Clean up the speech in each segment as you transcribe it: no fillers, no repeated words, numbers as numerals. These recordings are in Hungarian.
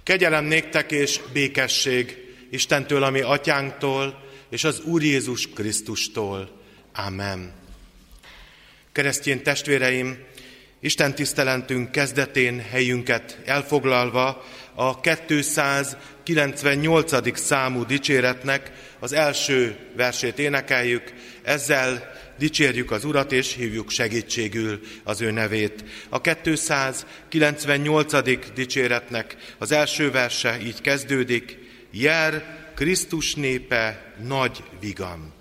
Kegyelem néktek és békesség Istentől, ami atyánktól, és az Úr Jézus Krisztustól. Amen. Keresztény testvéreim, Isten tisztelentünk kezdetén helyünket elfoglalva a 298. számú dicséretnek az első versét énekeljük, ezzel dicsérjük az Urat és hívjuk segítségül az ő nevét. A 298. dicséretnek az első verse így kezdődik: Jár Krisztus népe nagy vigam.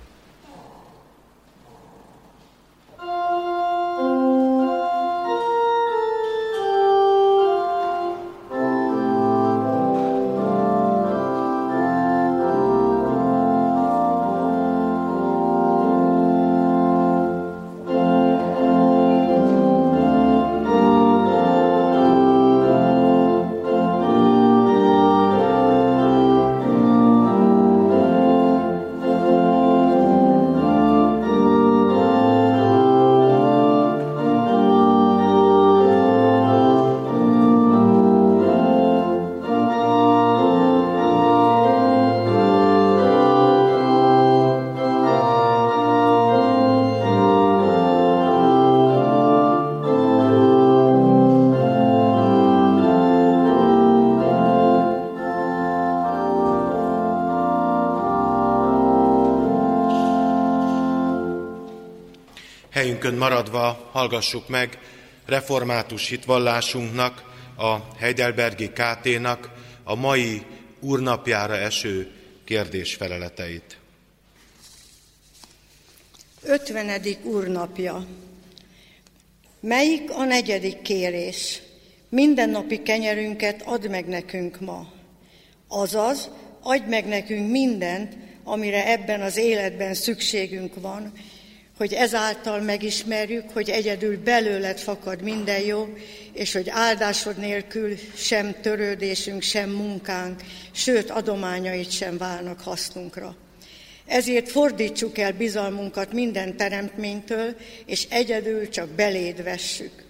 Helyünkön maradva hallgassuk meg református hitvallásunknak, a Heidelbergi KT-nak a mai úrnapjára eső kérdésfeleleteit. 50. úrnapja. Melyik a 4. kérés? Mindennapi kenyerünket add meg nekünk ma. Azaz, adj meg nekünk mindent, amire ebben az életben szükségünk van, hogy ezáltal megismerjük, hogy egyedül belőled fakad minden jó, és hogy áldásod nélkül sem törődésünk, sem munkánk, sőt adományait sem válnak hasznunkra. Ezért fordítsuk el bizalmunkat minden teremtménytől, és egyedül csak beléd vessük.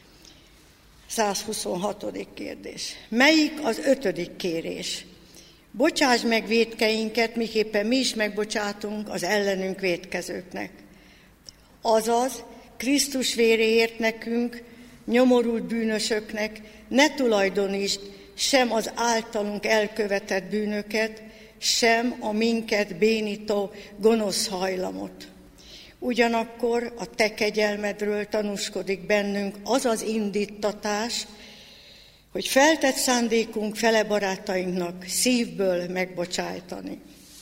126. kérdés. Melyik az 5. kérés? Bocsáss meg vétkeinket, miképpen mi is megbocsátunk az ellenünk vétkezőknek. Azaz, Krisztus véréért nekünk, nyomorult bűnösöknek ne tulajdonítsd sem az általunk elkövetett bűnöket, sem a minket bénító gonosz hajlamot. Ugyanakkor a te kegyelmedről tanúskodik bennünk az az indítatás, hogy feltett szándékunk fele barátainknak szívből megbocsájtani.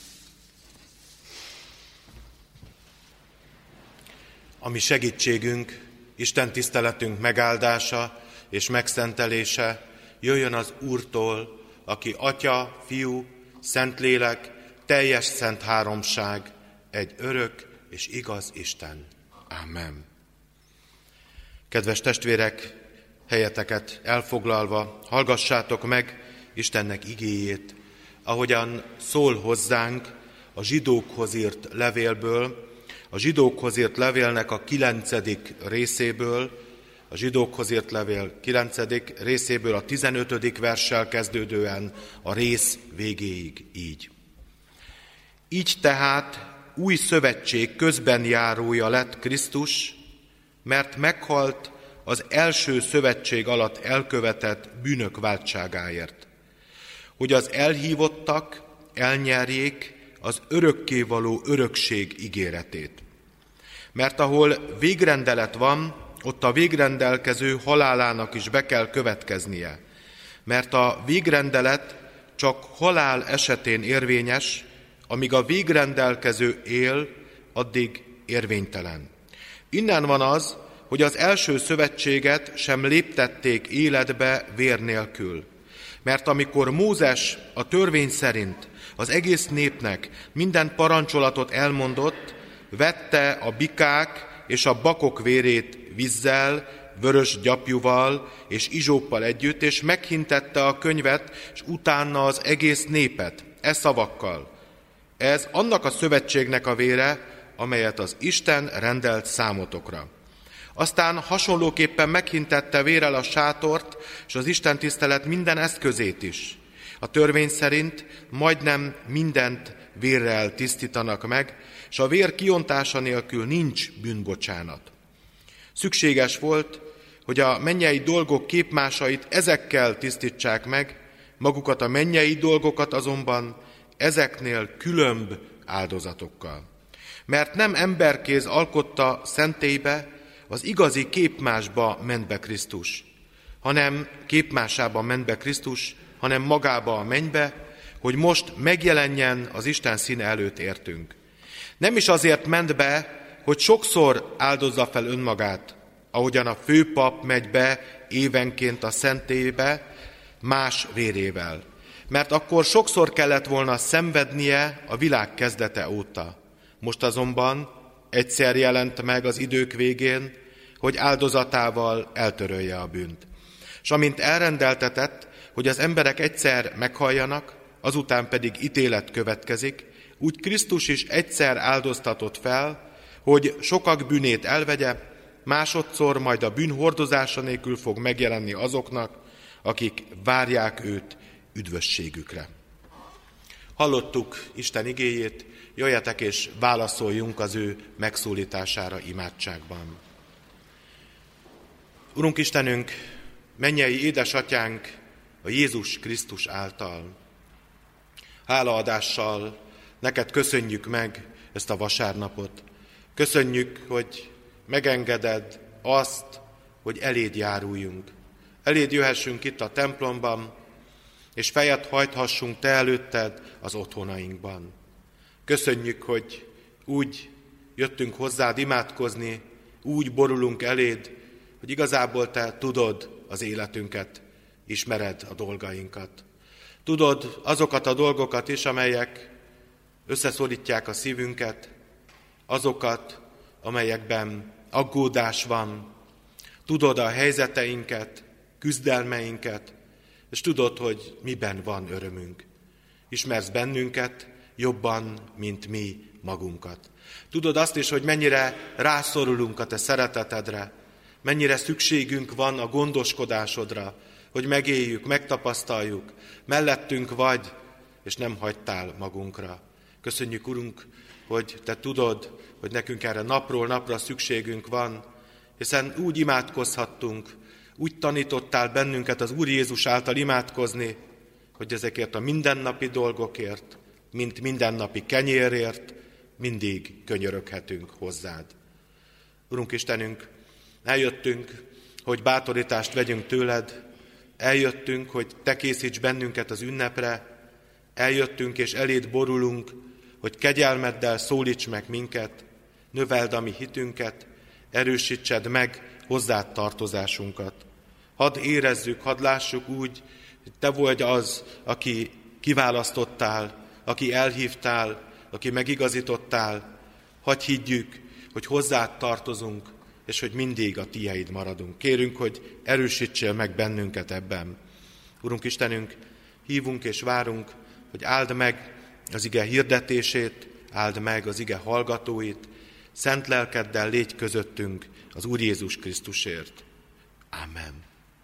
A mi segítségünk, Isten tiszteletünk megáldása és megszentelése jöjjön az Úrtól, aki Atya, Fiú, Szentlélek, teljes szent háromság, egy örök és igaz Isten. Amen. Kedves testvérek, helyeteket elfoglalva, hallgassátok meg Istennek igéjét, ahogyan szól hozzánk a zsidókhoz írt levélből, a zsidókhoz írt levélnek a 9. részéből, a zsidókhoz írt levél 9. részéből a 15. verssel kezdődően a rész végéig így. Így tehát új szövetség közbenjárója lett Krisztus, mert meghalt az első szövetség alatt elkövetett bűnök váltságáért, hogy az elhívottak elnyerjék az örökkévaló örökség ígéretét. Mert ahol végrendelet van, ott a végrendelkező halálának is be kell következnie, mert a végrendelet csak halál esetén érvényes, amíg a végrendelkező él, addig érvénytelen. Innen van az, hogy az első szövetséget sem léptették életbe vér nélkül. Mert amikor Mózes a törvény szerint az egész népnek minden parancsolatot elmondott, vette a bikák és a bakok vérét vízzel, vörös gyapjúval és izsóppal együtt, és meghintette a könyvet, és utána az egész népet, szavakkal. Ez annak a szövetségnek a vére, amelyet az Isten rendelt számotokra. Aztán hasonlóképpen meghintette vérrel a sátort és az istentisztelet minden eszközét is. A törvény szerint majdnem mindent vérrel tisztítanak meg, és a vér kiontása nélkül nincs bűnbocsánat. Szükséges volt, hogy a mennyei dolgok képmásait ezekkel tisztítsák meg, magukat a mennyei dolgokat azonban ezeknél különb áldozatokkal. Mert nem emberkéz alkotta szentélybe, az igazi képmásba ment be Krisztus, hanem képmásába ment be Krisztus, hanem magába a mennybe, hogy most megjelenjen az Isten színe előtt értünk. Nem is azért ment be, hogy sokszor áldozza fel önmagát, ahogyan a főpap megy be évenként a szentélybe más vérével. Mert akkor sokszor kellett volna szenvednie a világ kezdete óta. Most azonban egyszer jelent meg az idők végén, hogy áldozatával eltörölje a bűnt. És amint elrendeltetett, hogy az emberek egyszer meghalljanak, azután pedig ítélet következik, úgy Krisztus is egyszer áldoztatott fel, hogy sokak bűnét elvegye, másodszor majd a bűn hordozása nélkül fog megjelenni azoknak, akik várják őt üdvösségükre. Hallottuk Isten igéjét, jöjjetek és válaszoljunk az ő megszólítására imádságban. Urunk Istenünk, mennyei édesatyánk a Jézus Krisztus által. Hálaadással neked köszönjük meg ezt a vasárnapot. Köszönjük, hogy megengeded azt, hogy eléd járuljunk. Eléd jöhessünk itt a templomban, és fejet hajthassunk te előtted az otthonainkban. Köszönjük, hogy úgy jöttünk hozzád imádkozni, úgy borulunk eléd, hogy igazából te tudod az életünket, ismered a dolgainkat. Tudod azokat a dolgokat is, amelyek összeszorítják a szívünket, azokat, amelyekben aggódás van. Tudod a helyzeteinket, küzdelmeinket, és tudod, hogy miben van örömünk. Ismersz bennünket jobban, mint mi magunkat. Tudod azt is, hogy mennyire rászorulunk a te szeretetedre, mennyire szükségünk van a gondoskodásodra, hogy megéljük, megtapasztaljuk, mellettünk vagy, és nem hagytál magunkra. Köszönjük, Urunk, hogy te tudod, hogy nekünk erre napról napra szükségünk van, hiszen úgy imádkozhattunk, úgy tanítottál bennünket az Úr Jézus által imádkozni, hogy ezekért a mindennapi dolgokért, mint mindennapi kenyérért mindig könyöröghetünk hozzád. Urunk Istenünk, eljöttünk, hogy bátorítást vegyünk tőled, eljöttünk, hogy te készíts bennünket az ünnepre, eljöttünk és eléd borulunk, hogy kegyelmeddel szólíts meg minket, növeld a mi hitünket, erősítsed meg hozzád tartozásunkat. Hadd érezzük, hadd lássuk úgy, hogy te vagy az, aki kiválasztottál, aki elhívtál, aki megigazítottál. Hadd higgyük, hogy hozzád tartozunk, és hogy mindig a tieid maradunk. Kérünk, hogy erősítsél meg bennünket ebben. Urunk Istenünk, hívunk és várunk, hogy áld meg az ige hirdetését, áld meg az ige hallgatóit, szent lelkeddel légy közöttünk az Úr Jézus Krisztusért. Amen.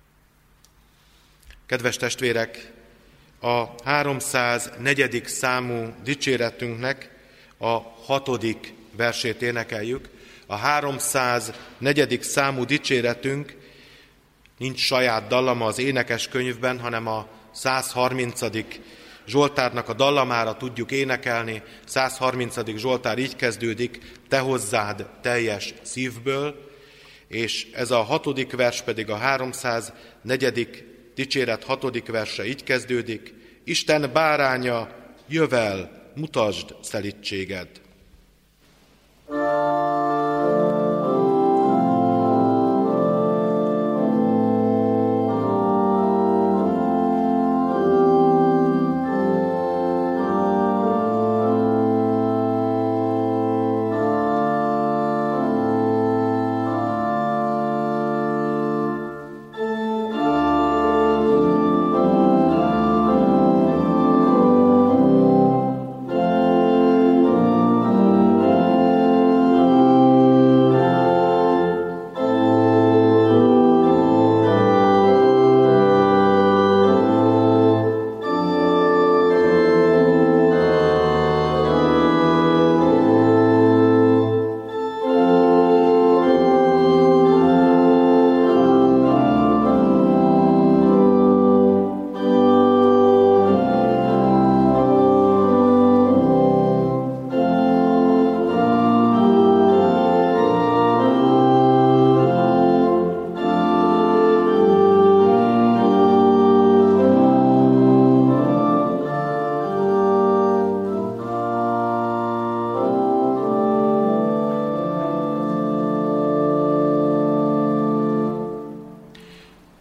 Kedves testvérek, a 304. számú dicséretünknek a 6. versét énekeljük. A 304. számú dicséretünk nincs saját dallama az énekeskönyvben, hanem a 130. Zsoltárnak a dallamára tudjuk énekelni. 130. Zsoltár így kezdődik: te hozzád teljes szívből, és ez a 6. vers pedig a 304. dicséret 6. verse így kezdődik: Isten báránya, jövel, mutasd szelídséged.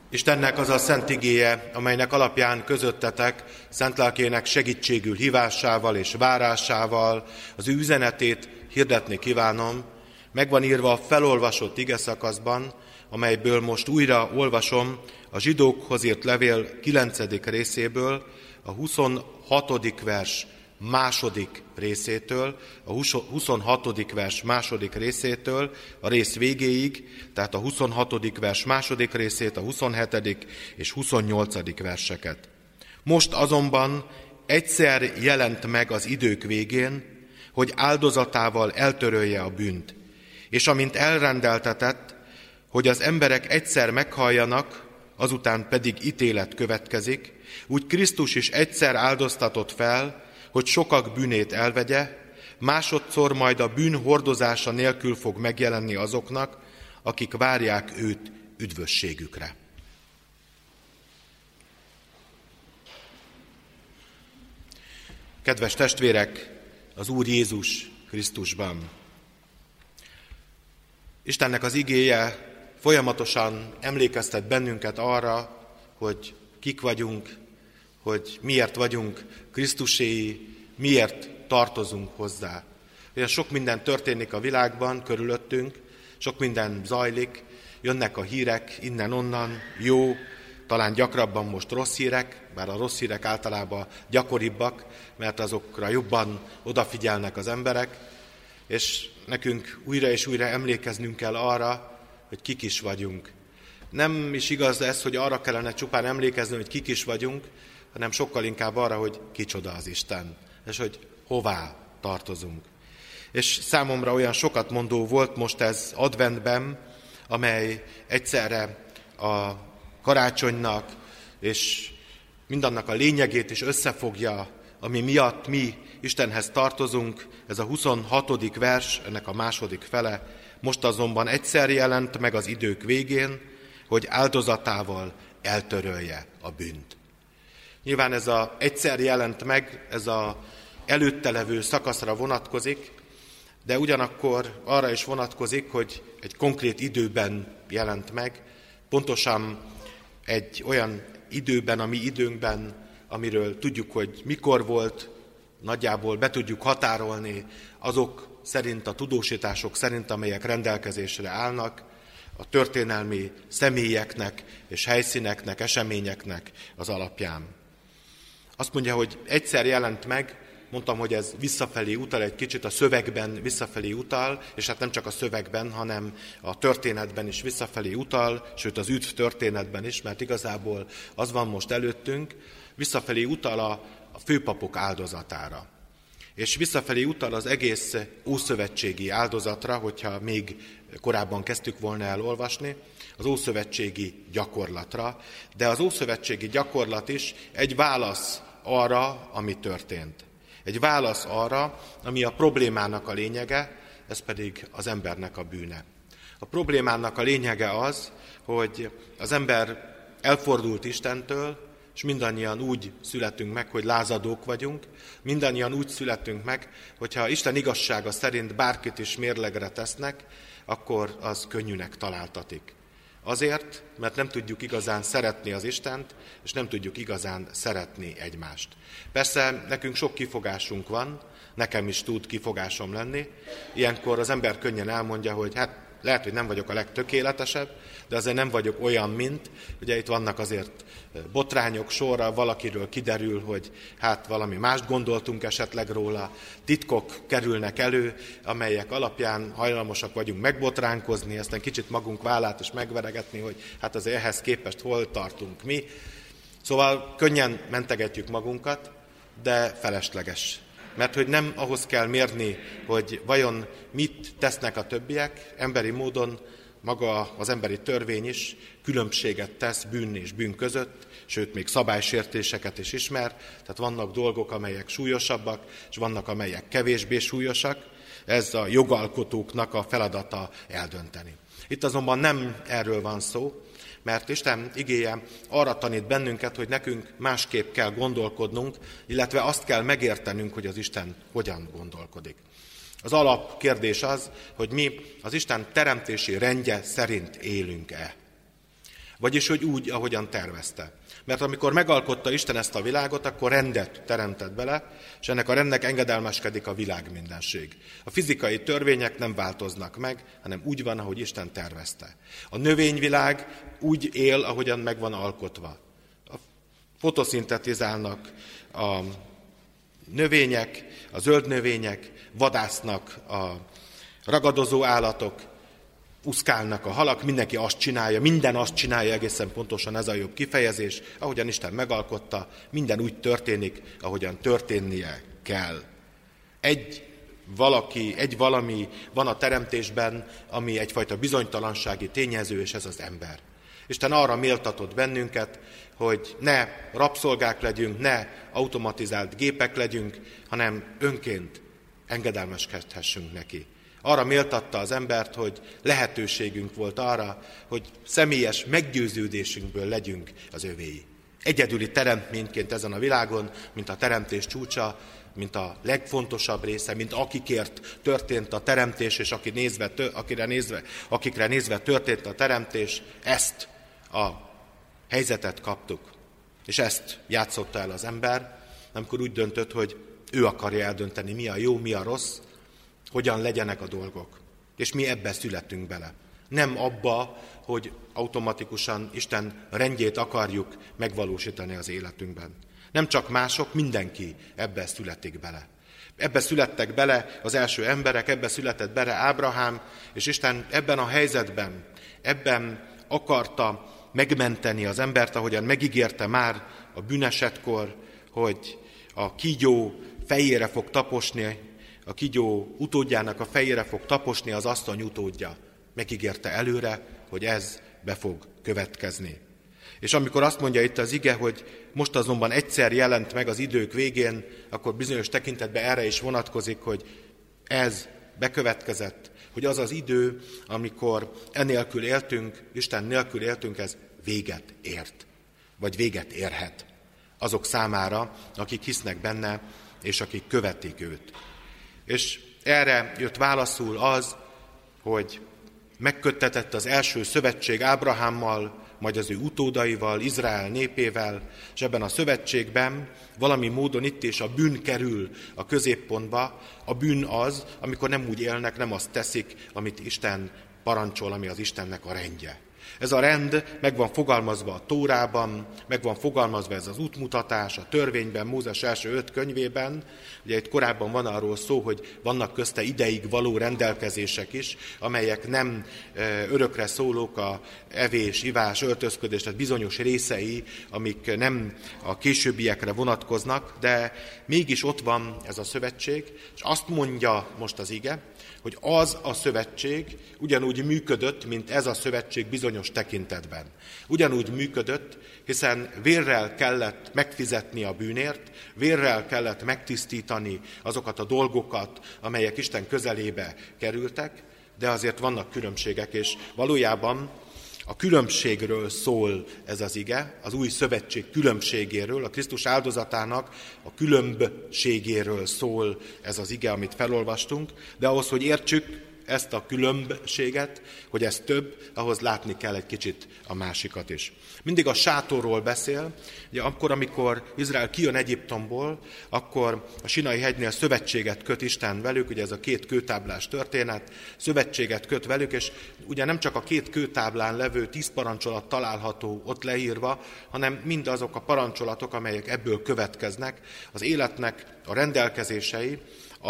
Istennek az a szent igéje, amelynek alapján közöttetek szent lelkének segítségül hívásával és várásával az ő üzenetét hirdetni kívánom, meg van írva a felolvasott igeszakaszban, amelyből most újra olvasom a Zsidókhoz írt levél 9. részéből, a 26. vers második részétől, a 26. vers második részétől a rész végéig, tehát a 26. vers második részét, a 27. és 28. verseket. Most azonban egyszer jelent meg az idők végén, hogy áldozatával eltörölje a bűnt, és amint elrendeltetett, hogy az emberek egyszer meghalljanak, azután pedig ítélet következik, úgy Krisztus is egyszer áldoztatott fel, hogy sokak bűnét elvegye, másodszor majd a bűn hordozása nélkül fog megjelenni azoknak, akik várják őt üdvösségükre. Kedves testvérek, az Úr Jézus Krisztusban! Istennek az igéje folyamatosan emlékeztet bennünket arra, hogy kik vagyunk, hogy miért vagyunk Krisztuséi, miért tartozunk hozzá. Olyan sok minden történik a világban körülöttünk, sok minden zajlik, jönnek a hírek innen-onnan, jó, talán gyakrabban most rossz hírek, bár a rossz hírek általában gyakoribbak, mert azokra jobban odafigyelnek az emberek, és nekünk újra és újra emlékeznünk kell arra, hogy kik is vagyunk. Nem is igaz ez, hogy arra kellene csupán emlékezni, hogy kik is vagyunk, hanem sokkal inkább arra, hogy kicsoda az Isten, és hogy hová tartozunk. És számomra olyan sokat mondó volt most ez adventben, amely egyszerre a karácsonynak és mindannak a lényegét is összefogja, ami miatt mi Istenhez tartozunk, ez a 26. vers, ennek a második fele, most azonban egyszer jelent meg az idők végén, hogy áldozatával eltörölje a bűnt. Nyilván ez a egyszer jelent meg, ez az előtte levő szakaszra vonatkozik, de ugyanakkor arra is vonatkozik, hogy egy konkrét időben jelent meg, pontosan egy olyan időben, a mi időnkben, amiről tudjuk, hogy mikor volt, nagyjából be tudjuk határolni azok szerint, a tudósítások szerint, amelyek rendelkezésre állnak, a történelmi személyeknek és helyszíneknek, eseményeknek az alapján. Azt mondja, hogy egyszer jelent meg, mondtam, hogy ez visszafelé utal, egy kicsit a szövegben visszafelé utal, és hát nem csak a szövegben, hanem a történetben is visszafelé utal, sőt az üdv történetben is, mert igazából az van most előttünk, visszafelé utal a főpapok áldozatára. És visszafelé utal az egész ószövetségi áldozatra, hogyha még korábban kezdtük volna elolvasni, az ószövetségi gyakorlatra, de az ószövetségi gyakorlat is egy válasz arra, ami történt. Egy válasz arra, ami a problémának a lényege, ez pedig az embernek a bűne. A problémának a lényege az, hogy az ember elfordult Istentől, és mindannyian úgy születünk meg, hogy lázadók vagyunk, mindannyian úgy születünk meg, hogyha Isten igazsága szerint bárkit is mérlegre tesznek, akkor az könnyűnek találtatik. Azért, mert nem tudjuk igazán szeretni az Istent, és nem tudjuk igazán szeretni egymást. Persze nekünk sok kifogásunk van, nekem is tud kifogásom lenni. Ilyenkor az ember könnyen elmondja, hogy hát lehet, hogy nem vagyok a legtökéletesebb, de azért nem vagyok olyan, mint. Ugye itt vannak azért botrányok sorra, valakiről kiderül, hogy hát valami mást gondoltunk esetleg róla, titkok kerülnek elő, amelyek alapján hajlamosak vagyunk megbotránkozni, aztán kicsit magunk vállát is megveregetni, hogy hát azért ehhez képest hol tartunk mi. Szóval könnyen mentegetjük magunkat, de felesleges. Mert hogy nem ahhoz kell mérni, hogy vajon mit tesznek a többiek, emberi módon maga az emberi törvény is különbséget tesz bűn és bűn között, sőt, még szabálysértéseket is ismer, tehát vannak dolgok, amelyek súlyosabbak, és vannak, amelyek kevésbé súlyosak. Ez a jogalkotóknak a feladata eldönteni. Itt azonban nem erről van szó, mert Isten igéje arra tanít bennünket, hogy nekünk másképp kell gondolkodnunk, illetve azt kell megértenünk, hogy az Isten hogyan gondolkodik. Az alapkérdés az, hogy mi az Isten teremtési rendje szerint élünk-e. Vagyis, hogy úgy, ahogyan tervezte. Mert amikor megalkotta Isten ezt a világot, akkor rendet teremtett bele, és ennek a rendnek engedelmeskedik a világ mindenség. A fizikai törvények nem változnak meg, hanem úgy van, ahogy Isten tervezte. A növényvilág úgy él, ahogyan meg van alkotva. Fotoszintetizálnak a növények, a zöld növények, vadásznak a ragadozó állatok, úszkálnak a halak, mindenki azt csinálja, minden azt csinálja, egészen pontosan ez a jobb kifejezés, ahogyan Isten megalkotta, minden úgy történik, ahogyan történnie kell. Egy valami van a teremtésben, ami egyfajta bizonytalansági tényező, és ez az ember. Isten arra méltatott bennünket, hogy ne rabszolgák legyünk, ne automatizált gépek legyünk, hanem önként engedelmeskedhessünk neki. Arra méltatta az embert, hogy lehetőségünk volt arra, hogy személyes meggyőződésünkből legyünk az övéi. Egyedüli teremtményként ezen a világon, mint a teremtés csúcsa, mint a legfontosabb része, mint akikért történt a teremtés, és akikre nézve történt a teremtés, ezt a helyzetet kaptuk. És ezt játszotta el az ember, amikor úgy döntött, hogy ő akarja eldönteni, mi a jó, mi a rossz, hogyan legyenek a dolgok. És mi ebbe születünk bele. Nem abba, hogy automatikusan Isten rendjét akarjuk megvalósítani az életünkben. Nem csak mások, mindenki ebbe születik bele. Ebbe születtek bele az első emberek, ebbe született bele Ábrahám, és Isten ebben a helyzetben, ebben akarta megmenteni az embert, ahogyan megígérte már a bűnesetkor, hogy a kígyó fejére fog taposni, a kígyó utódjának a fejére fog taposni az asszony utódja. Megígérte előre, hogy ez be fog következni. És amikor azt mondja itt az ige, hogy most azonban egyszer jelent meg az idők végén, akkor bizonyos tekintetben erre is vonatkozik, hogy ez bekövetkezett, hogy az az idő, amikor enélkül éltünk, Isten nélkül éltünk, ez véget ért, vagy véget érhet azok számára, akik hisznek benne, és akik követik őt. És erre jött válaszul az, hogy megköttetett az első szövetség Ábrahámmal, majd az ő utódaival, Izrael népével, és ebben a szövetségben valami módon itt is a bűn kerül a középpontba. A bűn az, amikor nem úgy élnek, nem azt teszik, amit Isten parancsol, ami az Istennek a rendje. Ez a rend meg van fogalmazva a Tórában, meg van fogalmazva ez az útmutatás a törvényben, Mózes első 5 könyvében. Ugye itt korábban van arról szó, hogy vannak közte ideig való rendelkezések is, amelyek nem örökre szólók, a evés, ivás, öltözködés, tehát bizonyos részei, amik nem a későbbiekre vonatkoznak, de mégis ott van ez a szövetség, és azt mondja most az ige, hogy az a szövetség ugyanúgy működött, mint ez a szövetség bizonyos tekintetben. Ugyanúgy működött, hiszen vérrel kellett megfizetni a bűnért, vérrel kellett megtisztítani azokat a dolgokat, amelyek Isten közelébe kerültek, de azért vannak különbségek, és valójában a különbségről szól ez az ige, az új szövetség különbségéről, a Krisztus áldozatának a különbségéről szól ez az ige, amit felolvastunk, de ahhoz, hogy értsük ezt a különbséget, hogy ez több, ahhoz látni kell egy kicsit a másikat is. Mindig a sátorról beszél, ugye akkor, amikor Izrael kijön Egyiptomból, akkor a Sinai hegynél szövetséget köt Isten velük, ugye ez a 2 kőtáblás történet, szövetséget köt velük, és ugye nem csak a 2 kőtáblán levő 10 parancsolat található ott leírva, hanem mindazok a parancsolatok, amelyek ebből következnek, az életnek a rendelkezései,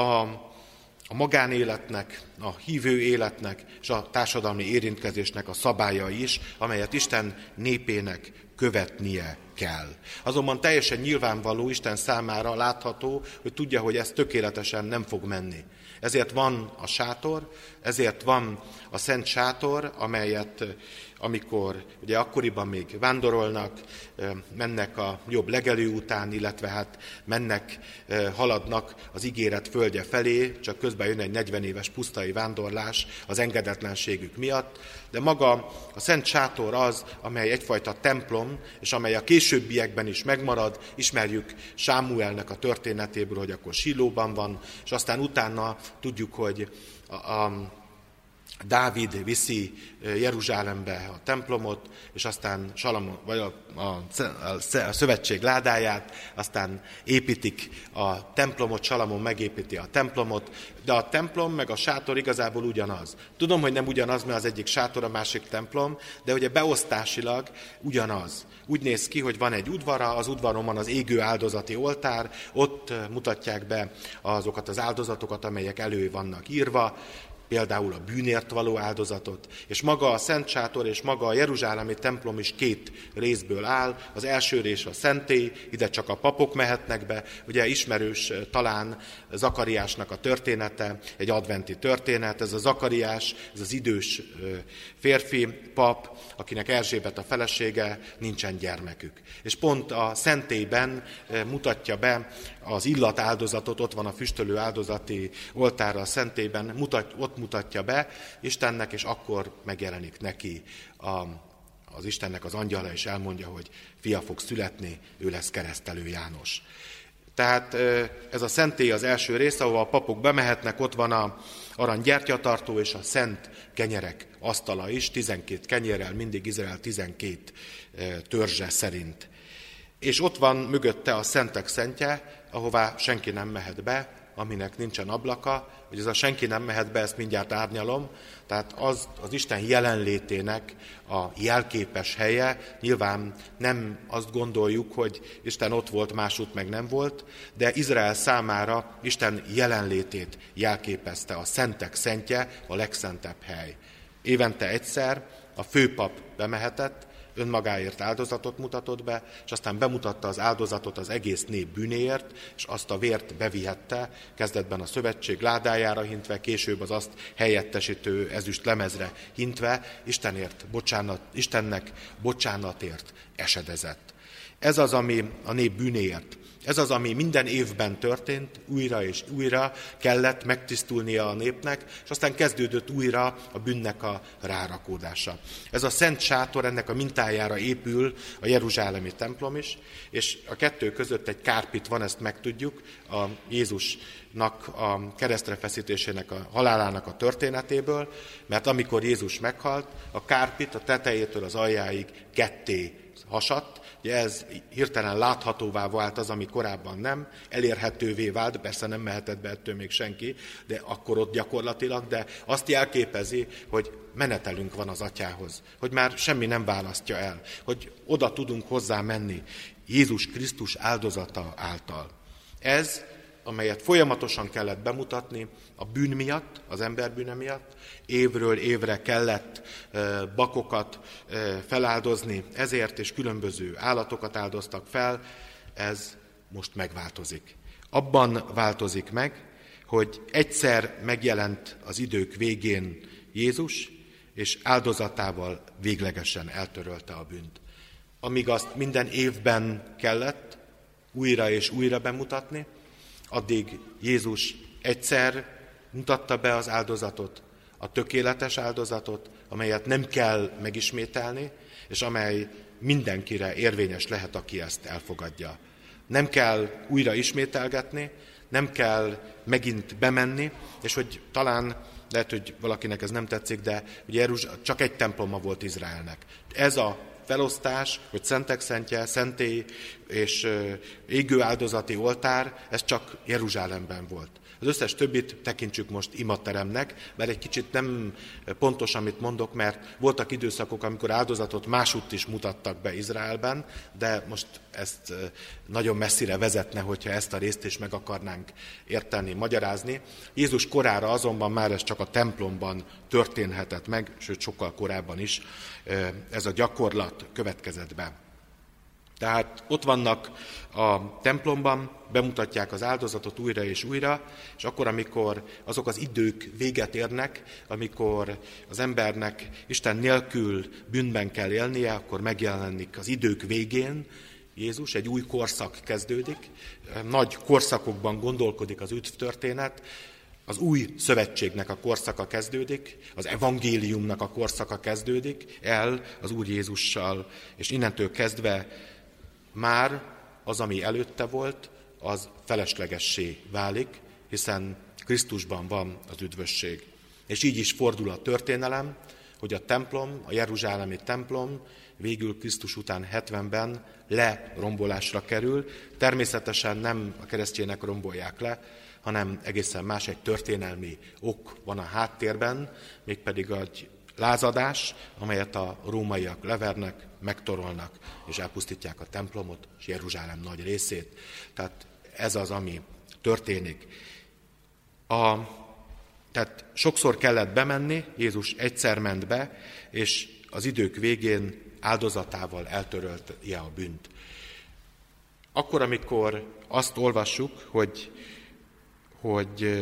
a magánéletnek, a hívő életnek és a társadalmi érintkezésnek a szabályai is, amelyet Isten népének követnie kell. Azonban teljesen nyilvánvaló, Isten számára látható, hogy tudja, hogy ez tökéletesen nem fog menni. Ezért van a sátor, ezért van a szent sátor, amelyet amikor ugye akkoriban még vándorolnak, mennek a jobb legelő után, illetve hát haladnak az ígéret földje felé, csak közben jön egy 40 éves pusztai vándorlás az engedetlenségük miatt, de maga a szent sátor az, amely egyfajta templom, és amely a későbbiekben is megmarad, ismerjük Sámuelnek a történetéből, hogy akkor Sílóban van, és aztán utána tudjuk, hogy Dávid viszi Jeruzsálembe a templomot, és aztán Salamon, vagy a szövetség ládáját, aztán építik a templomot, Salamon megépíti a templomot, de a templom meg a sátor igazából ugyanaz. Tudom, hogy nem ugyanaz, mert az egyik sátor, a másik templom, de ugye beosztásilag ugyanaz. Úgy néz ki, hogy van egy udvara, az udvaron van az égő áldozati oltár, ott mutatják be azokat az áldozatokat, amelyek elő vannak írva, például a bűnért való áldozatot, és maga a Szent Sátor és maga a jeruzsálemi templom is 2 részből áll. Az első rész a szentély, ide csak a papok mehetnek be, ugye ismerős talán Zakariásnak a története, egy adventi történet, ez a Zakariás, ez az idős férfi pap, akinek Erzsébet a felesége, nincsen gyermekük. És pont a szentélyben mutatja be az illatáldozatot, ott van a füstölő áldozati oltárra a szentélyben, ott mutatja be Istennek, és akkor megjelenik neki az Istennek az angyala, és elmondja, hogy fia fog születni, ő lesz Keresztelő János. Tehát ez a szentély az első része, ahol a papok bemehetnek, ott van a arany gyertyatartó és a szent kenyerek asztala is, 12 kenyérrel, mindig Izrael 12 törzse szerint. És ott van mögötte a szentek szentje, ahová senki nem mehet be, aminek nincsen ablaka, hogy ez a senki nem mehet be, ezt mindjárt árnyalom, tehát az Isten jelenlétének a jelképes helye, nyilván nem azt gondoljuk, hogy Isten ott volt, másút meg nem volt, de Izrael számára Isten jelenlétét jelképezte, a szentek szentje, a legszentebb hely. Évente egyszer a főpap bemehetett, önmagáért áldozatot mutatott be, és aztán bemutatta az áldozatot az egész nép bűnéért, és azt a vért bevihette, kezdetben a szövetség ládájára hintve, később az azt helyettesítő ezüst lemezre hintve, Istennek bocsánatért esedezett. Ez az, ami a nép bűnéért. Ez az, ami minden évben történt, újra és újra kellett megtisztulnia a népnek, és aztán kezdődött újra a bűnnek a rárakódása. Ez a Szent Sátor, ennek a mintájára épül a jeruzsálemi templom is, és a kettő között egy kárpit van, ezt megtudjuk, a Jézusnak a keresztre feszítésének, a halálának a történetéből, mert amikor Jézus meghalt, a kárpit a tetejétől az aljáig ketté hasadt. Ugye ez hirtelen láthatóvá vált az, ami korábban nem, elérhetővé vált, persze nem mehetett be ettől még senki, de akkor ott gyakorlatilag, de azt jelképezi, hogy menetelünk van az Atyához, hogy már semmi nem választja el, hogy oda tudunk hozzá menni Jézus Krisztus áldozata által. Ez, amelyet folyamatosan kellett bemutatni a bűn miatt, az ember bűne miatt, évről évre kellett bakokat feláldozni ezért, és különböző állatokat áldoztak fel, ez most megváltozik. Abban változik meg, hogy egyszer megjelent az idők végén Jézus, és áldozatával véglegesen eltörölte a bűnt. Amíg azt minden évben kellett újra és újra bemutatni, addig Jézus egyszer mutatta be az áldozatot, a tökéletes áldozatot, amelyet nem kell megismételni, és amely mindenkire érvényes lehet, aki ezt elfogadja. Nem kell újra ismételgetni, nem kell megint bemenni, és hogy talán lehet, hogy valakinek ez nem tetszik, de ugye csak egy temploma volt Izraelnek. Ez a felosztás, hogy szentek szentje, szentély és égő áldozati oltár, ez csak Jeruzsálemben volt. Az összes többit tekintsük most imateremnek, mert egy kicsit nem pontos, amit mondok, mert voltak időszakok, amikor áldozatot másutt is mutattak be Izraelben, de most ezt nagyon messzire vezetne, hogyha ezt a részt is meg akarnánk érteni, magyarázni. Jézus korára azonban már ez csak a templomban történhetett meg, sőt sokkal korábban is ez a gyakorlat következett be. Tehát ott vannak a templomban, bemutatják az áldozatot újra és újra, és akkor, amikor azok az idők véget érnek, amikor az embernek Isten nélkül bűnben kell élnie, akkor megjelenik az idők végén Jézus, egy új korszak kezdődik, nagy korszakokban gondolkodik az üdvtörténet, az új szövetségnek a korszaka kezdődik, az evangéliumnak a korszaka kezdődik el az Úr Jézussal, és innentől kezdve már az, ami előtte volt, az feleslegessé válik, hiszen Krisztusban van az üdvösség. És így is fordul a történelem, hogy a templom, a jeruzsálemi templom végül Krisztus után 70-ben lerombolásra kerül. Természetesen nem a keresztjének rombolják le, hanem egészen más, egy történelmi ok van a háttérben, mégpedig egy lázadás, amelyet a rómaiak levernek, megtorolnak, és elpusztítják a templomot, és Jeruzsálem nagy részét. Tehát ez az, ami történik. Tehát sokszor kellett bemenni, Jézus egyszer ment be, és az idők végén áldozatával eltörölje a bűnt. Akkor, amikor azt olvassuk, hogy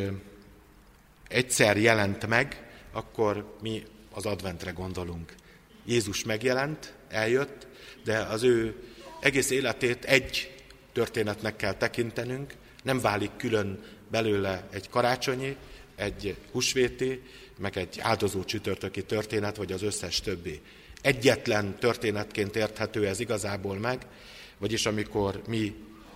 egyszer jelent meg, akkor mi az adventre gondolunk. Jézus megjelent, eljött, de az ő egész életét egy történetnek kell tekintenünk, nem válik külön belőle egy karácsonyi, egy húsvéti, meg egy áldozó csütörtöki történet, vagy az összes többi. Egyetlen történetként érthető ez igazából meg, vagyis amikor mi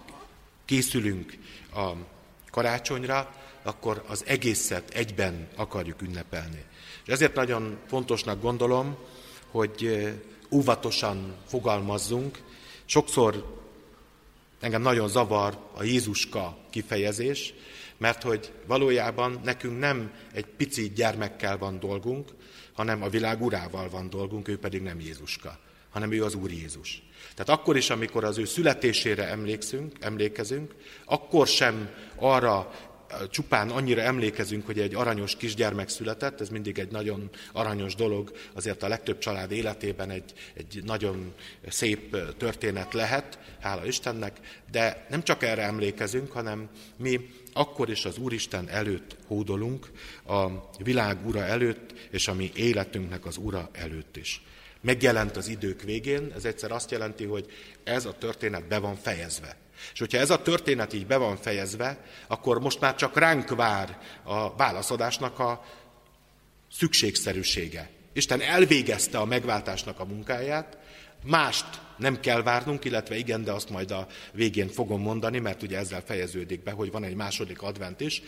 készülünk a karácsonyra, akkor az egészet egyben akarjuk ünnepelni. És ezért nagyon fontosnak gondolom, hogy óvatosan fogalmazzunk. Sokszor engem nagyon zavar a Jézuska kifejezés, mert hogy valójában nekünk nem egy pici gyermekkel van dolgunk, hanem a világ urával van dolgunk, ő pedig nem Jézuska, hanem ő az Úr Jézus. Tehát akkor is, amikor az ő születésére emlékezünk, akkor sem arra csupán annyira emlékezünk, hogy egy aranyos kisgyermek született, ez mindig egy nagyon aranyos dolog, azért a legtöbb család életében egy nagyon szép történet lehet, hála Istennek, de nem csak erre emlékezünk, hanem mi akkor is az Úristen előtt hódolunk, a világ ura előtt, és a mi életünknek az ura előtt is. Megjelent az idők végén, ez egyszer azt jelenti, hogy ez a történet be van fejezve. És hogyha ez a történet így be van fejezve, akkor most már csak ránk vár a válaszadásnak a szükségszerűsége. Isten elvégezte a megváltásnak a munkáját, mást nem kell várnunk, illetve igen, de azt majd a végén fogom mondani, mert ugye ezzel fejeződik be, hogy van egy második advent is.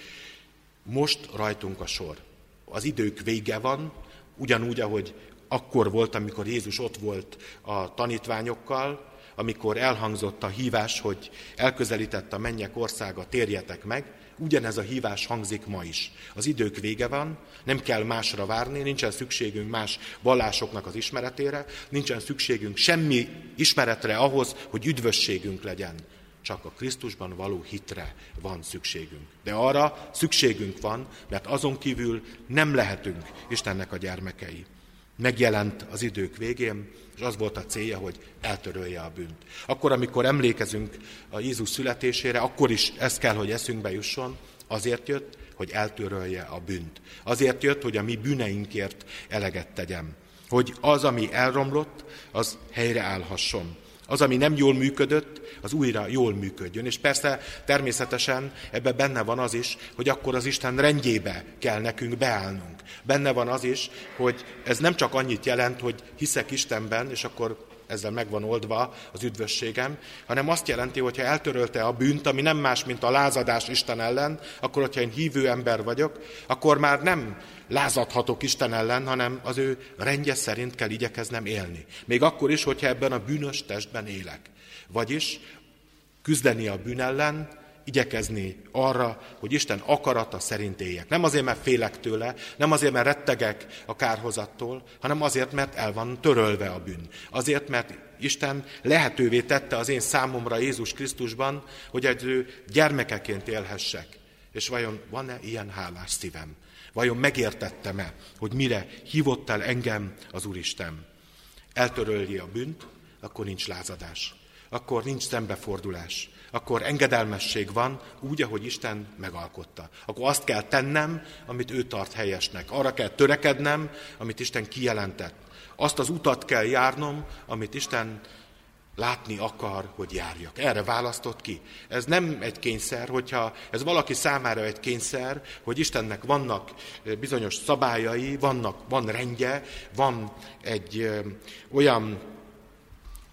Most rajtunk a sor. Az idők vége van, ugyanúgy, ahogy akkor volt, amikor Jézus ott volt a tanítványokkal, amikor elhangzott a hívás, hogy elközelített a mennyek országa, térjetek meg, ugyanez a hívás hangzik ma is. Az idők vége van, nem kell másra várni, nincsen szükségünk más vallásoknak az ismeretére, nincsen szükségünk semmi ismeretre ahhoz, hogy üdvösségünk legyen. Csak a Krisztusban való hitre van szükségünk. De arra szükségünk van, mert azon kívül nem lehetünk Istennek a gyermekei. Megjelent az idők végén, és az volt a célja, hogy eltörölje a bűnt. Akkor, amikor emlékezünk a Jézus születésére, akkor is ez kell, hogy eszünkbe jusson, azért jött, hogy eltörölje a bűnt. Azért jött, hogy a mi bűneinkért eleget tegyen. Hogy az, ami elromlott, az helyreállhasson. Az, ami nem jól működött, az újra jól működjön. És persze természetesen ebben benne van az is, hogy akkor az Isten rendjébe kell nekünk beállnunk. Benne van az is, hogy ez nem csak annyit jelent, hogy hiszek Istenben, és akkor ezzel meg van oldva az üdvösségem, hanem azt jelenti, hogy ha eltörölte a bűnt, ami nem más, mint a lázadás Isten ellen, akkor, hogyha én hívő ember vagyok, akkor már nem lázadhatok Isten ellen, hanem az ő rendje szerint kell igyekeznem élni. Még akkor is, hogyha ebben a bűnös testben élek. Vagyis küzdeni a bűn ellen, igyekezni arra, hogy Isten akarata szerint éljek. Nem azért, mert félek tőle, nem azért, mert rettegek a kárhozattól, hanem azért, mert el van törölve a bűn. Azért, mert Isten lehetővé tette az én számomra Jézus Krisztusban, hogy egy ő gyermekeként élhessek. És vajon van-e ilyen hálás szívem? Vajon megértettem-e, hogy mire hívott el engem az Úristen? Eltörölje a bűnt, akkor nincs lázadás, akkor nincs szembefordulás, akkor engedelmesség van úgy, ahogy Isten megalkotta. Akkor azt kell tennem, amit ő tart helyesnek. Arra kell törekednem, amit Isten kijelentett. Azt az utat kell járnom, amit Isten látni akar, hogy járjak. Erre választott ki. Ez nem egy kényszer, hogyha ez valaki számára egy kényszer, hogy Istennek vannak bizonyos szabályai, van rendje, van egy olyan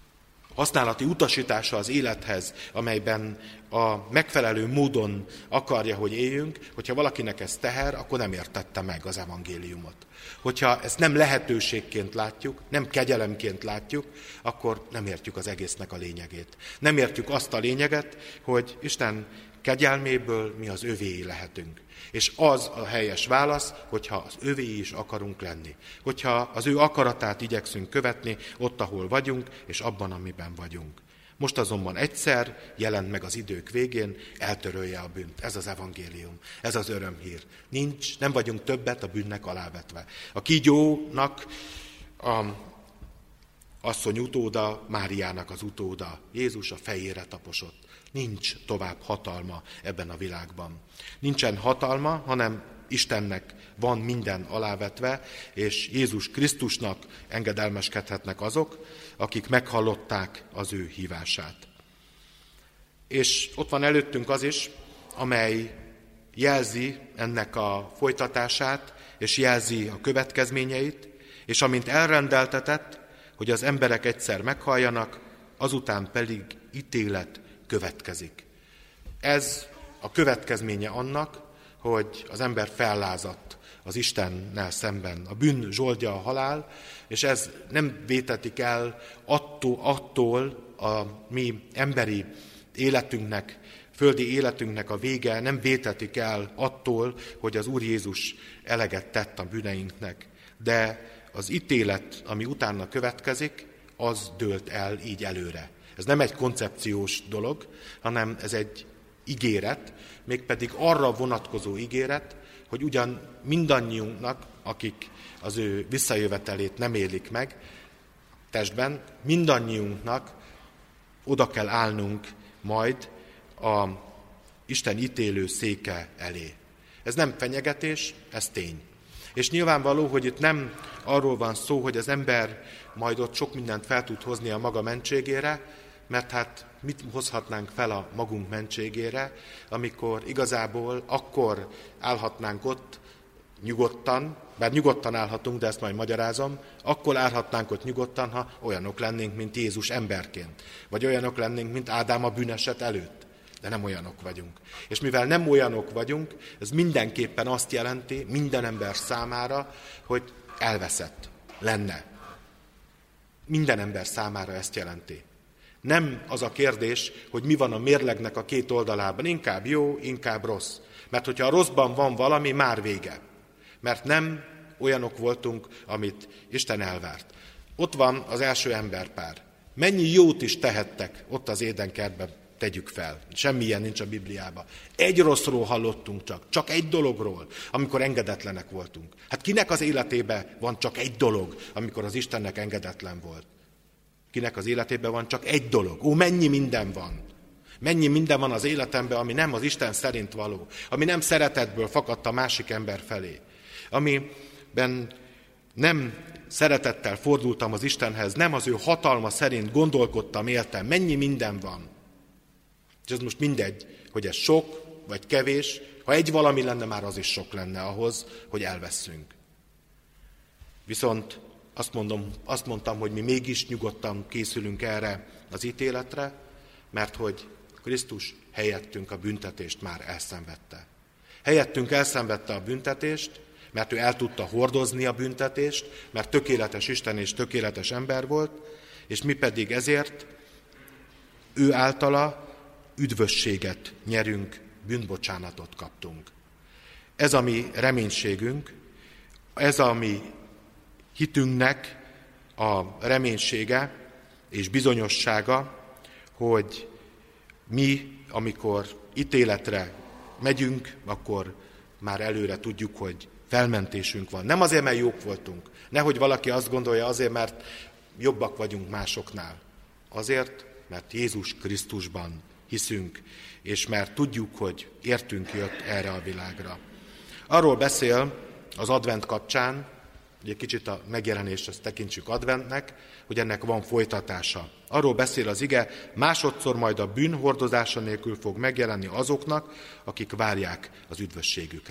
használati utasítása az élethez, amelyben a megfelelő módon akarja, hogy éljünk, hogyha valakinek ez teher, akkor nem értette meg az evangéliumot. Hogyha ezt nem lehetőségként látjuk, nem kegyelemként látjuk, akkor nem értjük az egésznek a lényegét. Nem értjük azt a lényeget, hogy Isten kegyelméből mi az övéi lehetünk. És az a helyes válasz, hogyha az övéi is akarunk lenni. Hogyha az ő akaratát igyekszünk követni ott, ahol vagyunk, és abban, amiben vagyunk. Most azonban egyszer jelent meg az idők végén, eltörölje a bűnt. Ez az evangélium, ez az örömhír. Nem vagyunk többet a bűnnek alávetve. A kígyónak a asszony utóda, Máriának az utóda, Jézus a fejére taposott. Nincs tovább hatalma ebben a világban. Nincsen hatalma, hanem Istennek van minden alávetve, és Jézus Krisztusnak engedelmeskedhetnek azok, akik meghallották az ő hívását. És ott van előttünk az is, amely jelzi ennek a folytatását, és jelzi a következményeit, és amint elrendeltetett, hogy az emberek egyszer meghalljanak, azután pedig ítélet következik. Ez a következménye annak, hogy az ember fellázadt az Istennel szemben. A bűn zsoldja a halál, és ez nem vétetik el attól a mi emberi életünknek, földi életünknek a vége, nem vétetik el attól, hogy az Úr Jézus eleget tett a bűneinknek. De az ítélet, ami utána következik, az dőlt el így előre. Ez nem egy koncepciós dolog, hanem ez egy ígéret, mégpedig arra vonatkozó ígéret, hogy ugyan mindannyiunknak, akik az ő visszajövetelét nem élik meg testben, mindannyiunknak oda kell állnunk majd a Isten ítélő széke elé. Ez nem fenyegetés, ez tény. És nyilvánvaló, hogy itt nem arról van szó, hogy az ember majd ott sok mindent fel tud hozni a maga mentségére, mert hát mit hozhatnánk fel a magunk mentségére, amikor igazából akkor állhatnánk ott nyugodtan, bár nyugodtan állhatunk, de ezt majd magyarázom, akkor állhatnánk ott nyugodtan, ha olyanok lennénk, mint Jézus emberként, vagy olyanok lennénk, mint Ádám a bűneset előtt, de nem olyanok vagyunk. És mivel nem olyanok vagyunk, ez mindenképpen azt jelenti minden ember számára, hogy elveszett lenne. Minden ember számára ezt jelenti. Nem az a kérdés, hogy mi van a mérlegnek a két oldalában, inkább jó, inkább rossz. Mert hogyha a rosszban van valami, már vége. Mert nem olyanok voltunk, amit Isten elvárt. Ott van az első emberpár. Mennyi jót is tehettek ott az Édenkertben, tegyük fel. Semmilyen nincs a Bibliában. Egy rosszról hallottunk csak egy dologról, amikor engedetlenek voltunk. Hát kinek az életében van csak egy dolog, amikor az Istennek engedetlen volt? Kinek az életében van csak egy dolog? Ó, mennyi minden van! Mennyi minden van az életemben, ami nem az Isten szerint való, ami nem szeretetből fakadt a másik ember felé, amiben nem szeretettel fordultam az Istenhez, nem az ő hatalma szerint gondolkodtam, éltem. Mennyi minden van! És ez most mindegy, hogy ez sok vagy kevés, ha egy valami lenne, már az is sok lenne ahhoz, hogy elvesszünk. Viszont azt mondtam, hogy mi mégis nyugodtan készülünk erre az ítéletre, mert hogy Krisztus helyettünk a büntetést már elszenvedte. Helyettünk elszenvedte a büntetést, mert ő el tudta hordozni a büntetést, mert tökéletes Isten és tökéletes ember volt, és mi pedig ezért ő általa üdvösséget nyerünk, bűnbocsánatot kaptunk. Ez a mi reménységünk, ez a mi hitünknek a reménysége és bizonyossága, hogy mi, amikor ítéletre megyünk, akkor már előre tudjuk, hogy felmentésünk van. Nem azért, mert jók voltunk. Nehogy valaki azt gondolja, azért, mert jobbak vagyunk másoknál. Azért, mert Jézus Krisztusban hiszünk, és mert tudjuk, hogy értünk jött erre a világra. Arról beszél az advent kapcsán, ugye kicsit a megjelenést azt tekintsük adventnek, hogy ennek van folytatása. Arról beszél az ige, másodszor majd a bűn hordozása nélkül fog megjelenni azoknak, akik várják az üdvösségükre.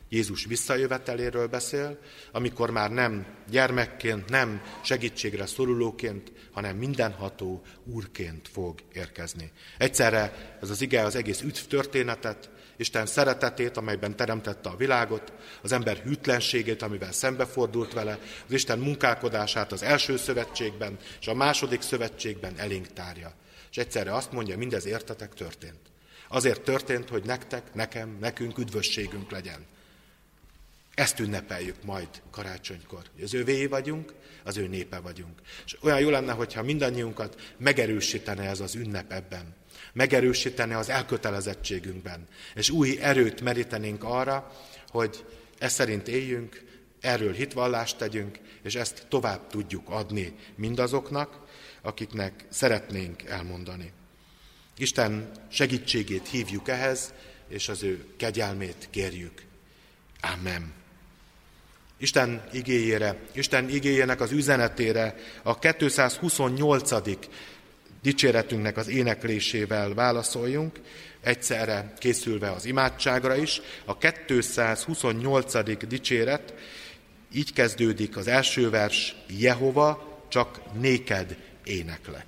Jézus visszajöveteléről beszél, amikor már nem gyermekként, nem segítségre szorulóként, hanem mindenható úrként fog érkezni. Egyszerre ez az ige az egész üdv történetet, Isten szeretetét, amelyben teremtette a világot, az ember hűtlenségét, amivel szembefordult vele, az Isten munkálkodását az első szövetségben és a második szövetségben elénk tárja. És egyszerre azt mondja, mindez értetek történt. Azért történt, hogy nektek, nekem, nekünk üdvösségünk legyen. Ezt ünnepeljük majd karácsonykor. Az övéi vagyunk, az ő népe vagyunk. És olyan jó lenne, hogyha mindannyiunkat megerősítene ez az ünnep ebben. Megerősítene az elkötelezettségünkben. És új erőt merítenénk arra, hogy ez szerint éljünk, erről hitvallást tegyünk, és ezt tovább tudjuk adni mindazoknak, akiknek szeretnénk elmondani. Isten segítségét hívjuk ehhez, és az ő kegyelmét kérjük. Amen. Isten igéjének az üzenetére a 228. dicséretünknek az éneklésével válaszoljunk, egyszerre készülve az imádságra is. A 228. dicséret így kezdődik az első vers: Jehova, csak néked éneklek.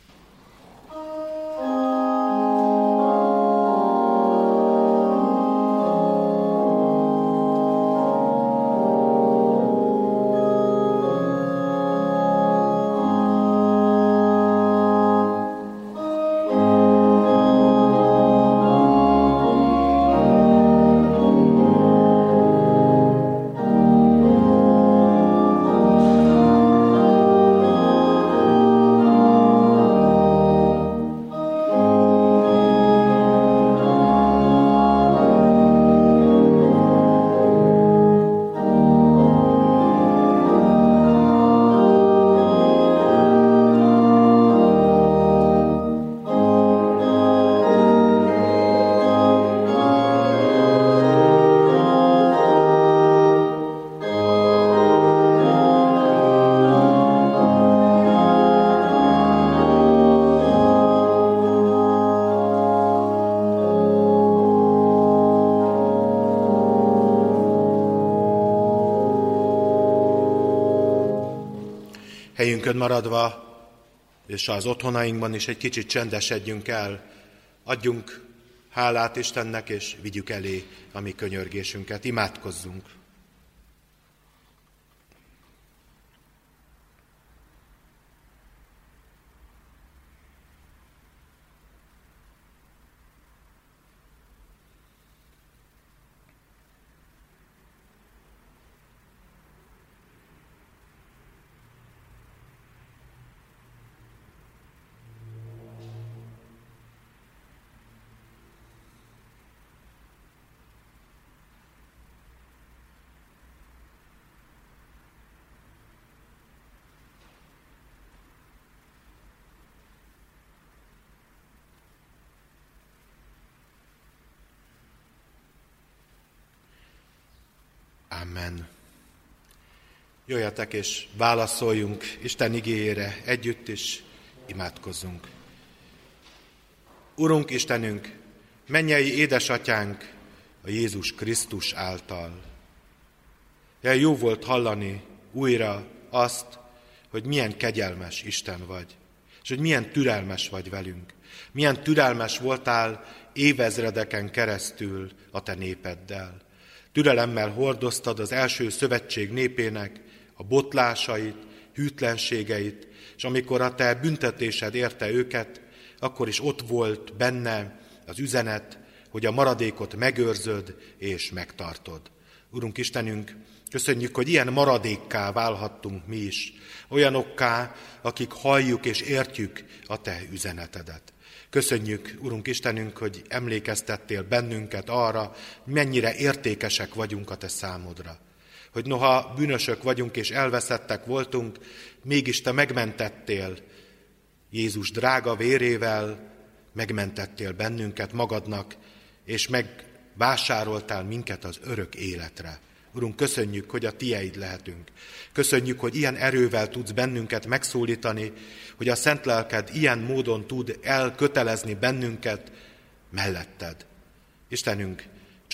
Helyünkön maradva, és az otthonainkban is egy kicsit csendesedjünk el, adjunk hálát Istennek, és vigyük elé a mi könyörgésünket, imádkozzunk. Amen. Jöjjetek és válaszoljunk Isten igéjére együtt, és imádkozzunk. Urunk Istenünk, mennyei édesatyánk a Jézus Krisztus által. Jó volt hallani újra azt, hogy milyen kegyelmes Isten vagy, és hogy milyen türelmes vagy velünk. Milyen türelmes voltál évezredeken keresztül a te népeddel. Türelemmel hordoztad az első szövetség népének a botlásait, hűtlenségeit, és amikor a te büntetésed érte őket, akkor is ott volt benne az üzenet, hogy a maradékot megőrzöd és megtartod. Urunk Istenünk, köszönjük, hogy ilyen maradékká válhattunk mi is, olyanokká, akik halljuk és értjük a te üzenetedet. Köszönjük, Urunk Istenünk, hogy emlékeztettél bennünket arra, mennyire értékesek vagyunk a te számodra. Hogy noha bűnösök vagyunk és elveszettek voltunk, mégis te megmentettél Jézus drága vérével, megmentettél bennünket magadnak, és megvásároltál minket az örök életre. Urunk, köszönjük, hogy a tieid lehetünk. Köszönjük, hogy ilyen erővel tudsz bennünket megszólítani, hogy a szent lelked ilyen módon tud elkötelezni bennünket melletted. Istenünk,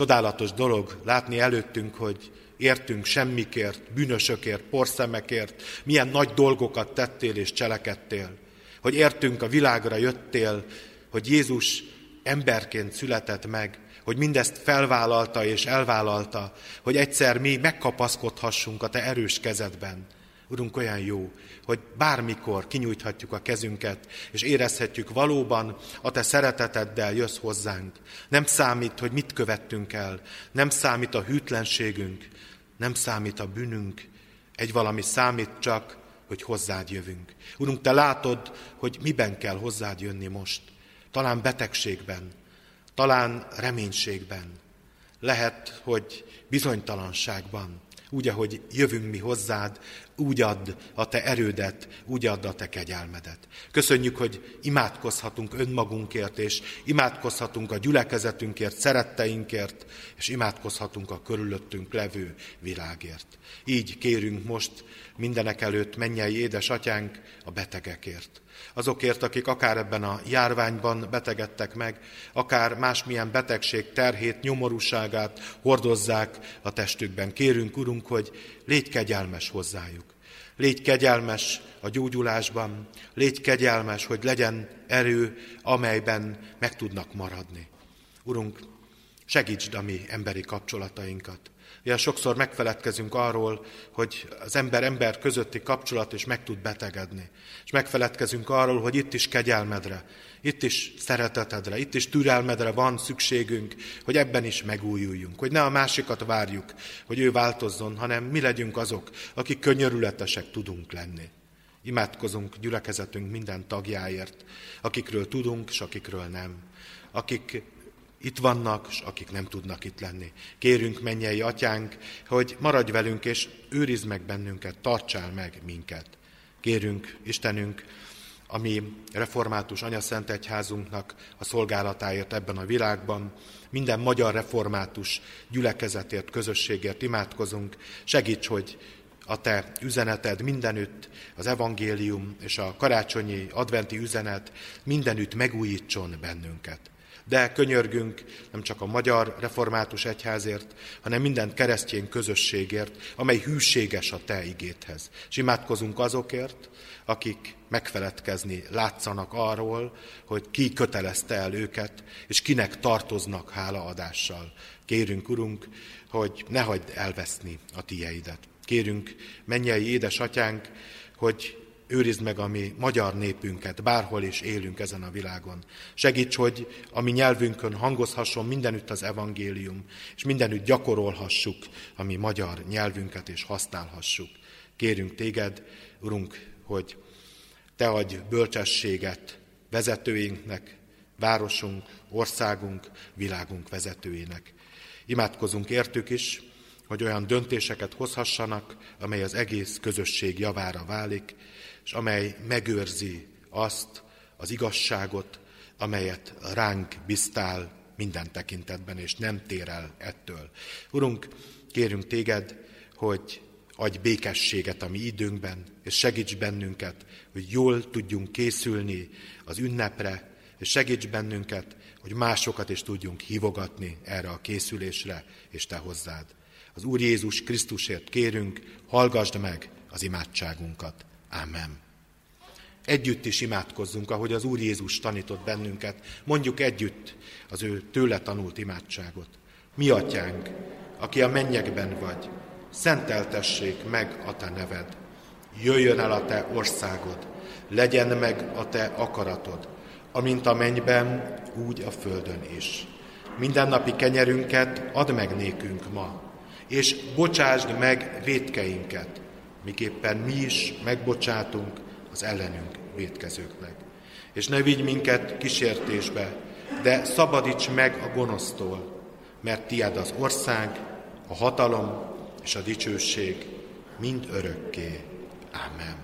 Csodálatos dolog látni előttünk, hogy értünk semmikért, bűnösökért, porszemekért, milyen nagy dolgokat tettél és cselekedtél. Hogy értünk a világra jöttél, hogy Jézus emberként született meg, hogy mindezt felvállalta és elvállalta, hogy egyszer mi megkapaszkodhassunk a te erős kezedben. Urunk, olyan jó, hogy bármikor kinyújthatjuk a kezünket, és érezhetjük valóban a te szereteteddel jössz hozzánk. Nem számít, hogy mit követtünk el, nem számít a hűtlenségünk, nem számít a bűnünk, egy valami számít csak, hogy hozzád jövünk. Urunk, te látod, hogy miben kell hozzád jönni most. Talán betegségben, talán reménységben, lehet, hogy bizonytalanságban. Úgy, ahogy jövünk mi hozzád, úgy add a te erődet, úgy add a te kegyelmedet. Köszönjük, hogy imádkozhatunk önmagunkért, és imádkozhatunk a gyülekezetünkért, szeretteinkért, és imádkozhatunk a körülöttünk levő világért. Így kérünk most mindenek előtt, mennyei édesatyánk, a betegekért. Azokért, akik akár ebben a járványban betegedtek meg, akár másmilyen betegség terhét, nyomorúságát hordozzák a testükben. Kérünk, Urunk, hogy légy kegyelmes hozzájuk. Légy kegyelmes a gyógyulásban, légy kegyelmes, hogy legyen erő, amelyben meg tudnak maradni. Urunk, segítsd a mi emberi kapcsolatainkat. Ilyen sokszor megfeledkezünk arról, hogy az ember közötti kapcsolat is meg tud betegedni. És megfeledkezünk arról, hogy itt is kegyelmedre, itt is szeretetedre, itt is türelmedre van szükségünk, hogy ebben is megújuljunk. Hogy ne a másikat várjuk, hogy ő változzon, hanem mi legyünk azok, akik könyörületesek tudunk lenni. Imádkozunk gyülekezetünk minden tagjáért, akikről tudunk, és akikről nem. Akik itt vannak, és akik nem tudnak itt lenni. Kérünk, mennyei atyánk, hogy maradj velünk, és őrizd meg bennünket, tartsál meg minket. Kérünk, Istenünk, a mi református anyaszent egyházunknak a szolgálatáért ebben a világban, minden magyar református gyülekezetért, közösségért imádkozunk. Segíts, hogy a te üzeneted mindenütt, az evangélium és a karácsonyi adventi üzenet mindenütt megújítson bennünket. De könyörgünk nem csak a magyar református egyházért, hanem minden keresztény közösségért, amely hűséges a te igédhez. És imádkozunk azokért, akik megfeledkezni látszanak arról, hogy ki kötelezte el őket, és kinek tartoznak hálaadással. Kérünk, Urunk, hogy ne hagyd elveszni a tieidet. Kérünk, mennyei édesatyánk, hogy őrizd meg a mi magyar népünket, bárhol is élünk ezen a világon. Segíts, hogy a mi nyelvünkön hangozhasson mindenütt az evangélium, és mindenütt gyakorolhassuk a mi magyar nyelvünket, és használhassuk. Kérünk téged, Urunk, hogy te adj bölcsességet vezetőinknek, városunk, országunk, világunk vezetőinek. Imádkozunk értük is, hogy olyan döntéseket hozhassanak, amely az egész közösség javára válik, és amely megőrzi azt az igazságot, amelyet ránk bíztál minden tekintetben, és nem tér el ettől. Urunk, kérünk téged, hogy adj békességet a mi időnkben, és segíts bennünket, hogy jól tudjunk készülni az ünnepre, és segíts bennünket, hogy másokat is tudjunk hívogatni erre a készülésre, és te hozzád. Az Úr Jézus Krisztusért kérünk, hallgasd meg az imádságunkat. Ámen. Együtt is imádkozzunk, ahogy az Úr Jézus tanított bennünket. Mondjuk együtt az ő tőle tanult imádságot. Mi atyánk, aki a mennyekben vagy, szenteltessék meg a te neved. Jöjjön el a te országod, legyen meg a te akaratod, amint a mennyben, úgy a földön is. Mindennapi kenyerünket add meg nékünk ma, és bocsásd meg vétkeinket, miképpen mi is megbocsátunk az ellenünk vétkezőknek. És ne vigy minket kísértésbe, de szabadíts meg a gonosztól, mert tiéd az ország, a hatalom és a dicsőség mind örökké. Ámen.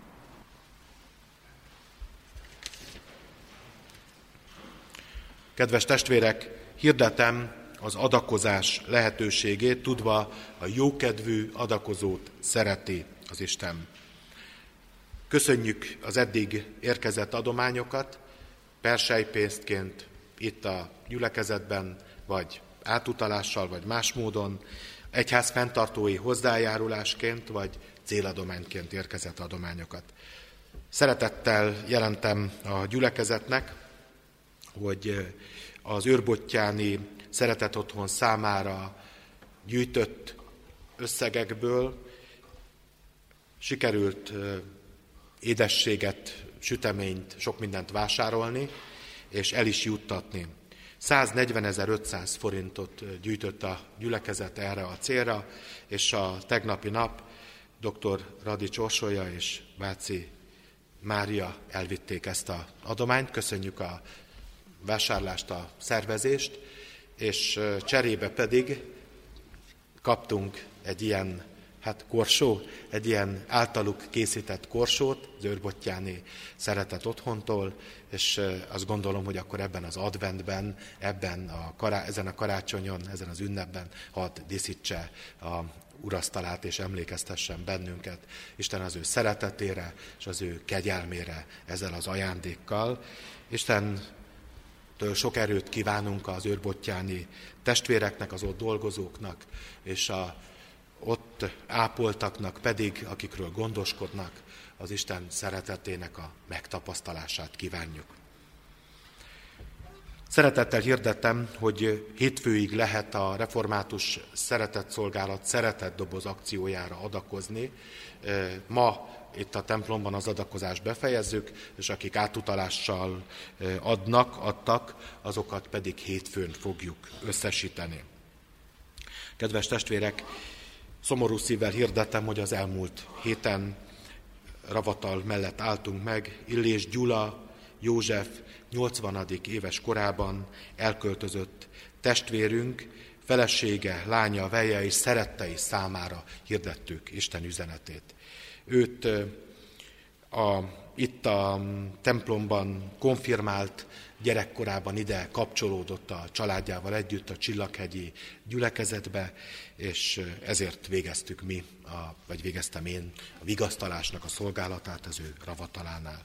Kedves testvérek, hirdetem az adakozás lehetőségét, tudva a jókedvű adakozót szereti az Isten. Köszönjük az eddig érkezett adományokat, perselypénztként itt a gyülekezetben, vagy átutalással vagy más módon, egyház fenntartói hozzájárulásként vagy céladományként érkezett adományokat. Szeretettel jelentem a gyülekezetnek, hogy az őrbottyáni Szeretett Otthon számára gyűjtött összegekből sikerült édességet, süteményt, sok mindent vásárolni, és el is juttatni. 140.500 forintot gyűjtött a gyülekezet erre a célra, és a tegnapi nap dr. Radics Orsolya és Váci Mária elvitték ezt az adományt. Köszönjük a vásárlást, a szervezést, és cserébe pedig kaptunk egy ilyen korsó, egy ilyen általuk készített korsót, az őrbottyáni Szeretett Otthontól, és azt gondolom, hogy akkor ebben az adventben, ezen a karácsonyon, ezen az ünnepben hadd díszítse a urasztalát és emlékeztessen bennünket Isten az ő szeretetére és az ő kegyelmére ezzel az ajándékkal. Istentől sok erőt kívánunk az őrbottyáni testvéreknek, az ott dolgozóknak, és ott ápoltaknak pedig, akikről gondoskodnak, az Isten szeretetének a megtapasztalását kívánjuk. Szeretettel hirdettem, hogy hétfőig lehet a Református Szeretetszolgálat Szeretetdoboz akciójára adakozni. Ma itt a templomban az adakozást befejezzük, és akik átutalással adtak, azokat pedig hétfőn fogjuk összesíteni. Kedves testvérek, szomorú szívvel hirdetem, hogy az elmúlt héten Ravatal mellett álltunk meg. Illés Gyula József 80. éves korában elköltözött testvérünk, felesége, lánya, veje és szerettei számára hirdettük Isten üzenetét. Őt itt a templomban konfirmált, gyerekkorában ide kapcsolódott a családjával együtt a Csillaghegyi gyülekezetbe, és ezért végeztem én a vigasztalásnak a szolgálatát az ő Ravatalánál.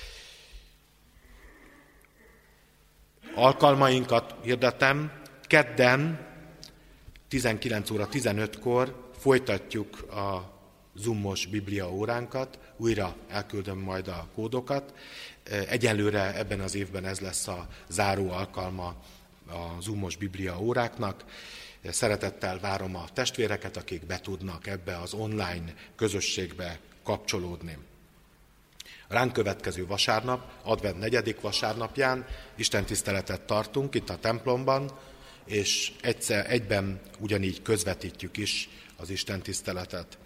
Alkalmainkat hirdetem, kedden 19 óra 15-kor folytatjuk a Zoom-os Biblia óránkat, újra elküldöm majd a kódokat. Egyelőre ebben az évben ez lesz a záró alkalma a Zoom-os Biblia óráknak. Szeretettel várom a testvéreket, akik be tudnak ebbe az online közösségbe kapcsolódni. A ránk következő vasárnap, advent 4. vasárnapján istentiszteletet tartunk itt a templomban, és egyben ugyanígy közvetítjük is az istentiszteletet.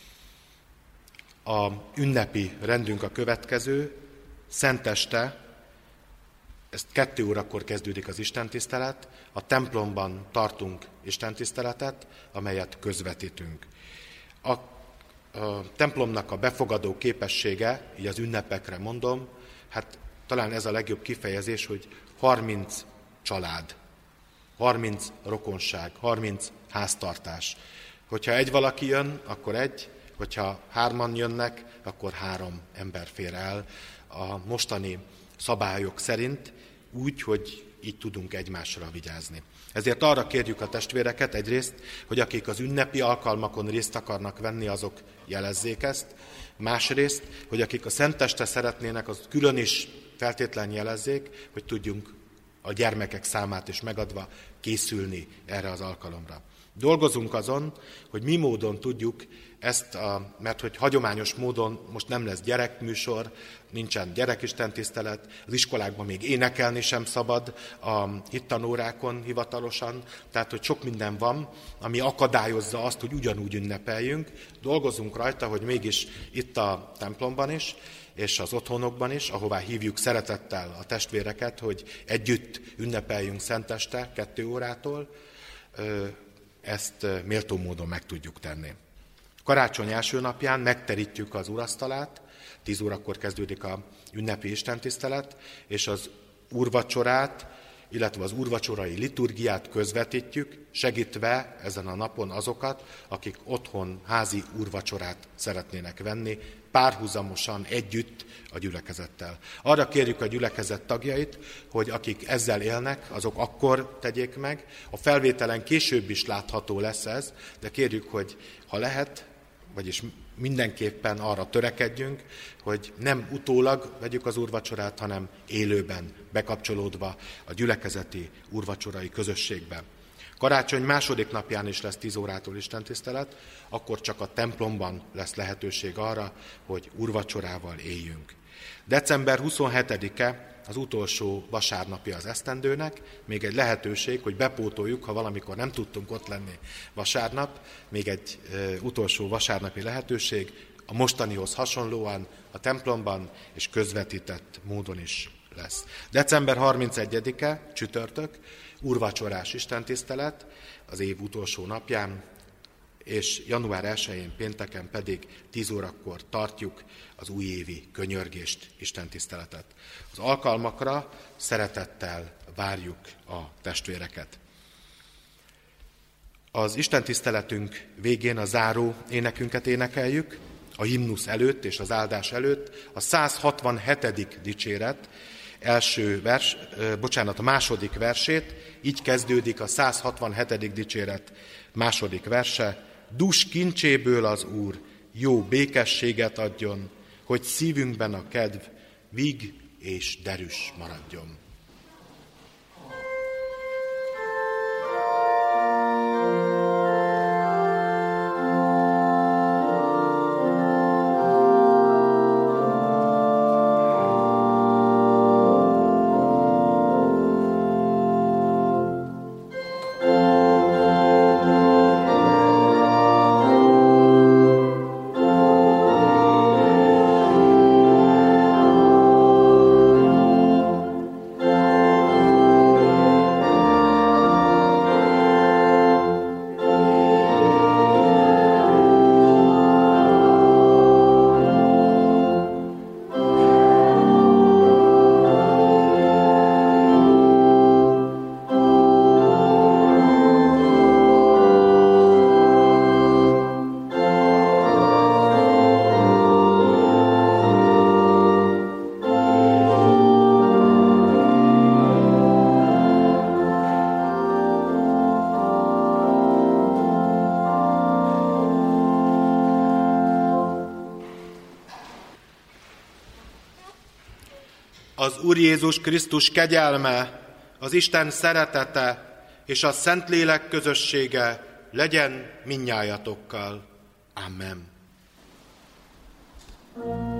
A ünnepi rendünk a következő, szenteste, ezt 2 órakor kezdődik az istentisztelet, a templomban tartunk istentiszteletet, amelyet közvetítünk. A templomnak a befogadó képessége, így az ünnepekre mondom, talán ez a legjobb kifejezés, hogy 30 család, 30 rokonság, 30 háztartás. Hogyha egy valaki jön, akkor egy, hogyha 3-an jönnek, akkor 3 ember fér el a mostani szabályok szerint, úgy, hogy így tudunk egymásra vigyázni. Ezért arra kérjük a testvéreket egyrészt, hogy akik az ünnepi alkalmakon részt akarnak venni, azok jelezzék ezt. Másrészt, hogy akik a szenteste szeretnének, az külön is feltétlen jelezzék, hogy tudjunk a gyermekek számát is megadva készülni erre az alkalomra. Dolgozunk azon, hogy mi módon tudjuk ezt, mert hogy hagyományos módon most nem lesz gyerekműsor, nincsen gyerekistentisztelet, az iskolákban még énekelni sem szabad a hittanórákon hivatalosan, tehát hogy sok minden van, ami akadályozza azt, hogy ugyanúgy ünnepeljünk. Dolgozunk rajta, hogy mégis itt a templomban is, és az otthonokban is, ahová hívjuk szeretettel a testvéreket, hogy együtt ünnepeljünk szenteste 2 órától, ezt méltó módon meg tudjuk tenni. Karácsony első napján megterítjük az urasztalát, 10 órakor kezdődik a ünnepi istentisztelet, és az úrvacsorát, illetve az úrvacsorai liturgiát közvetítjük, segítve ezen a napon azokat, akik otthon házi úrvacsorát szeretnének venni, párhuzamosan együtt a gyülekezettel. Arra kérjük a gyülekezet tagjait, hogy akik ezzel élnek, azok akkor tegyék meg. A felvételen később is látható lesz ez, de kérjük, hogy ha lehet, vagyis mindenképpen arra törekedjünk, hogy nem utólag vegyük az úrvacsorát, hanem élőben, bekapcsolódva a gyülekezeti úrvacsorai közösségbe. Karácsony második napján is lesz 10 órától istentisztelet, akkor csak a templomban lesz lehetőség arra, hogy úrvacsorával éljünk. December 27-e az utolsó vasárnapja az esztendőnek, még egy lehetőség, hogy bepótoljuk, ha valamikor nem tudtunk ott lenni vasárnap, még egy utolsó vasárnapi lehetőség, a mostanihoz hasonlóan a templomban és közvetített módon is lesz. December 31-e, csütörtök, úrvacsorás istentisztelet az év utolsó napján, és január 1-én pénteken pedig 10 órakor tartjuk az újévi könyörgést, istentiszteletet. Az alkalmakra szeretettel várjuk a testvéreket. Az istentiszteletünk végén a záró énekünket énekeljük, a himnusz előtt és az áldás előtt, a 167. dicséret a második versét, így kezdődik a 167. dicséret második verse, dus kincséből az Úr jó békességet adjon, hogy szívünkben a kedv víg és derűs maradjon. Az Úr Jézus Krisztus kegyelme, az Isten szeretete és a Szentlélek közössége legyen mindnyájatokkal. Amen.